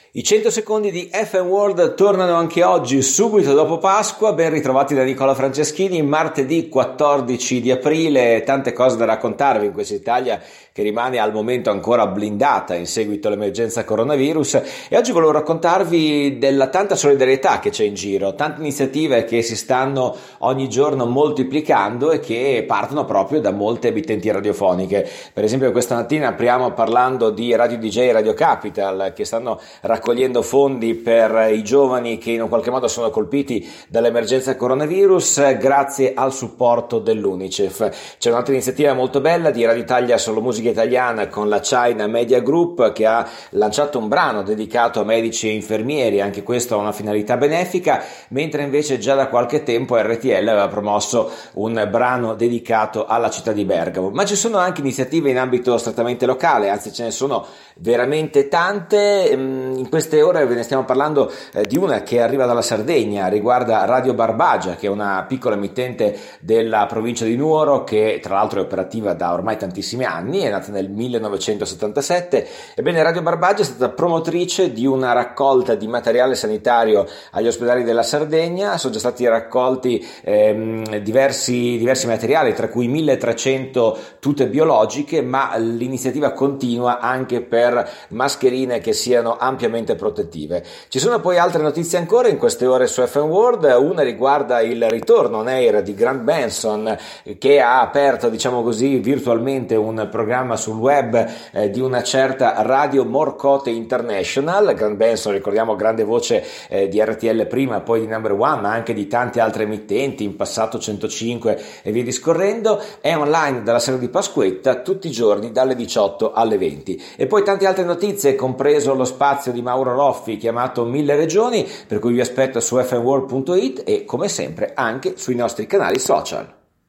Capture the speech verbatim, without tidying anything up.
I cento secondi di F M World tornano anche oggi, subito dopo Pasqua. Ben ritrovati da Nicola Franceschini, martedì quattordici di aprile. Tante cose da raccontarvi in questa Italia che rimane al momento ancora blindata in seguito all'emergenza coronavirus, e oggi volevo raccontarvi della tanta solidarietà che c'è in giro, tante iniziative che si stanno ogni giorno moltiplicando e che partono proprio da molte emittenti radiofoniche. Per esempio questa mattina apriamo parlando di Radio D J e Radio Capital, che stanno raccogliendo fondi per i giovani che in un qualche modo sono colpiti dall'emergenza coronavirus grazie al supporto dell'UNICEF. C'è un'altra iniziativa molto bella di Radio Italia Solo Musica Italiana con la China Media Group, che ha lanciato un brano dedicato a medici e infermieri, anche questo ha una finalità benefica, mentre invece già da qualche tempo R T L aveva promosso un brano dedicato alla città di Bergamo. Ma ci sono anche iniziative in ambito strettamente locale, anzi ce ne sono veramente tante. In queste ore ve ne stiamo parlando di una che arriva dalla Sardegna, riguarda Radio Barbagia, che è una piccola emittente della provincia di Nuoro, che tra l'altro è operativa da ormai tantissimi anni, è nata nel millenovecentosettantasette. Ebbene, Radio Barbagia è stata promotrice di una raccolta di materiale sanitario agli ospedali della Sardegna. Sono già stati raccolti ehm, diversi, diversi materiali, tra cui milletrecento tute biologiche, ma l'iniziativa continua anche per mascherine che siano ampiamente protettive. Ci sono poi altre notizie ancora in queste ore su F M World. Una riguarda il ritorno on air di Grant Benson, che ha aperto, diciamo così, virtualmente un programma sul web eh, di una certa Radio Morcote International. Grant Benson, ricordiamo, grande voce eh, di R T L prima, poi di Number One, ma anche di tante altre emittenti, in passato centocinque e via discorrendo. È online dalla sera di Pasquetta tutti i giorni dalle diciotto alle venti. E poi tante altre notizie, compreso lo spazio di Mauro Roffi chiamato Mille Regioni, per cui vi aspetto su f m world punto it e come sempre anche sui nostri canali social.